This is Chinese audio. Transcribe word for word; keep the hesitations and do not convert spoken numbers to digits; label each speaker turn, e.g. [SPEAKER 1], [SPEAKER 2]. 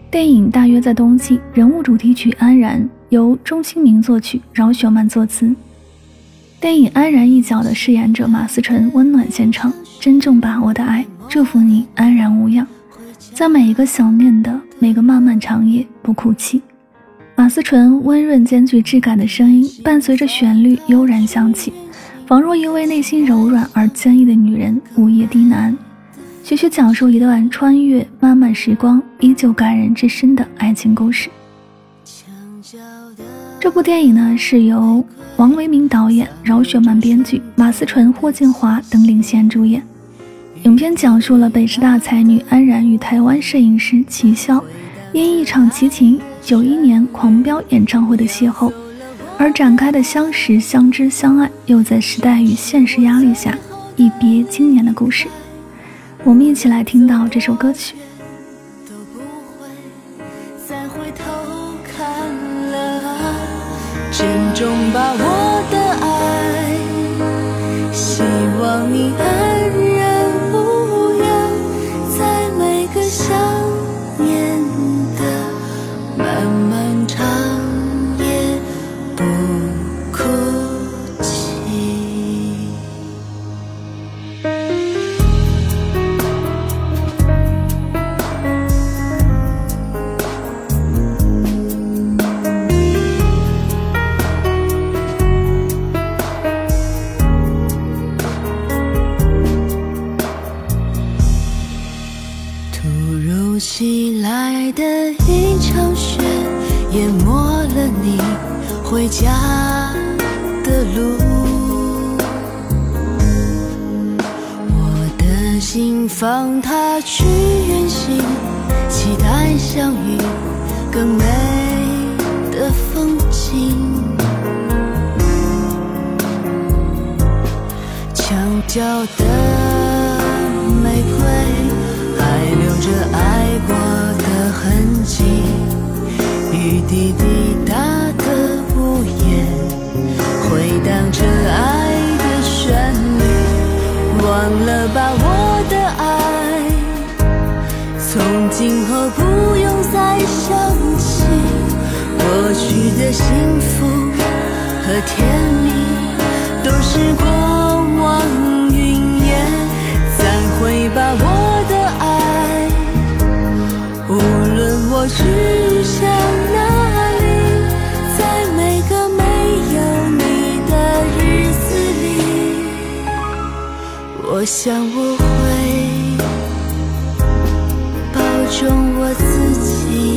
[SPEAKER 1] 电影大约在冬季，人物主题曲《安然》由钟兴民作曲，饶雪漫作词。电影《安然》一角的饰演者马思纯温暖献唱，真正把我的爱，祝福你安然无恙，在每一个想念的每个漫漫长夜不哭泣。马思纯温润兼具质感的声音伴随着旋律悠然响起，仿若一位内心柔软而坚毅的女人午夜低喃，徐徐讲述一段穿越漫漫时光依旧感人至深的爱情故事。这部电影呢是由王维明导演，饶雪漫编剧，马思纯、霍建华等领衔主演。影片讲述了北师大才女安然与台湾摄影师齐潇因一场齐秦九一年狂飙演唱会的邂逅而展开的相识、相知、相爱，又在时代与现实压力下一别经年的故事。我们一起来听到这首歌曲。
[SPEAKER 2] 都不会再回头看了啊，珍重把我的爱，希望你安然无恙，在每个想念的漫漫长夜不哭泣。袭来的一场雪，淹没了你回家的路，我的心放它去远行，期待相遇更美的风景。墙角的玫瑰还留着爱过的痕迹，雨滴滴答的屋檐回荡着爱的旋律，忘了把我的爱，从今后不用再想起，过去的幸福和甜蜜都是过往云烟，再会把我的爱，无论我去向哪里，在每个没有你的日子里，我想我会保重我自己。